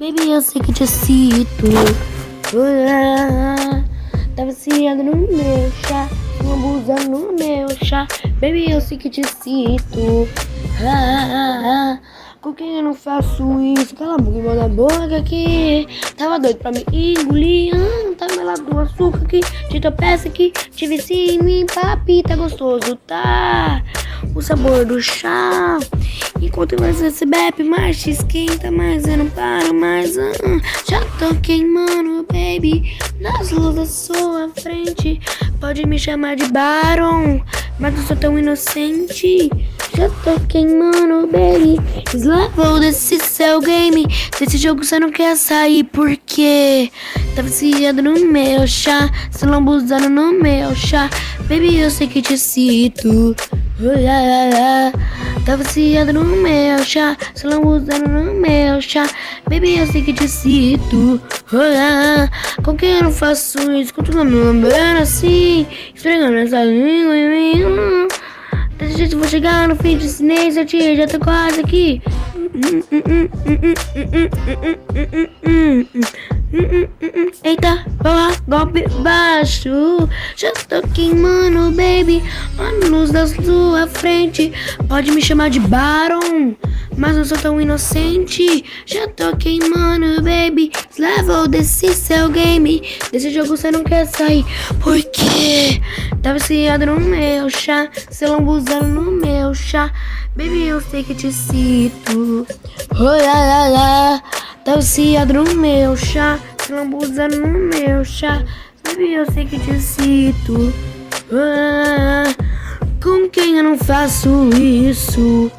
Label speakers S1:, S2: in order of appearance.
S1: Baby, eu sei que te cito. Tá viciado no meu chá, abusando no meu chá. Baby, eu sei que te cito. Com quem eu não faço isso? Cala a boca e manda a boca aqui. Tava doido pra me engolir. Tá melado do açúcar aqui. Te tropeça aqui. Te vicia em mim, papi. Tá gostoso, tá? O sabor do chá. Enquanto você se bebe, mais te esquenta. Mas eu não paro mais. Já tô queimando, baby. Nas luzes da sua frente. Pode me chamar de Baron, mas eu sou tão inocente. Já tô queimando, baby. Level desse seu game. Desse jogo você não quer sair. Por quê? Tá viciado no meu chá, se lambuzando no meu chá. Baby, eu sei que te cito. Tá viciado no meu chá, se lambuzando no meu chá. Baby, eu sei que te cito. Com quem eu não faço isso? Continua me lembrando assim, esfregando essa língua em mim. Desse jeito eu vou chegar no fim de silêncio, tia, já tô quase aqui. Eita, boa, golpe baixo. Já tô queimando, baby. A luz da sua frente. Pode me chamar de Baron, mas não sou tão inocente. Já tô queimando, baby. Level desse seu game. Desse jogo você não quer sair. Por quê? Tá viciado no meu chá, se lambuzando no meu chá. Baby, eu sei que te cito. Tá viciado no meu chá, se lambuzando no meu chá. Baby, eu sei que te cito. Com quem eu não faço isso?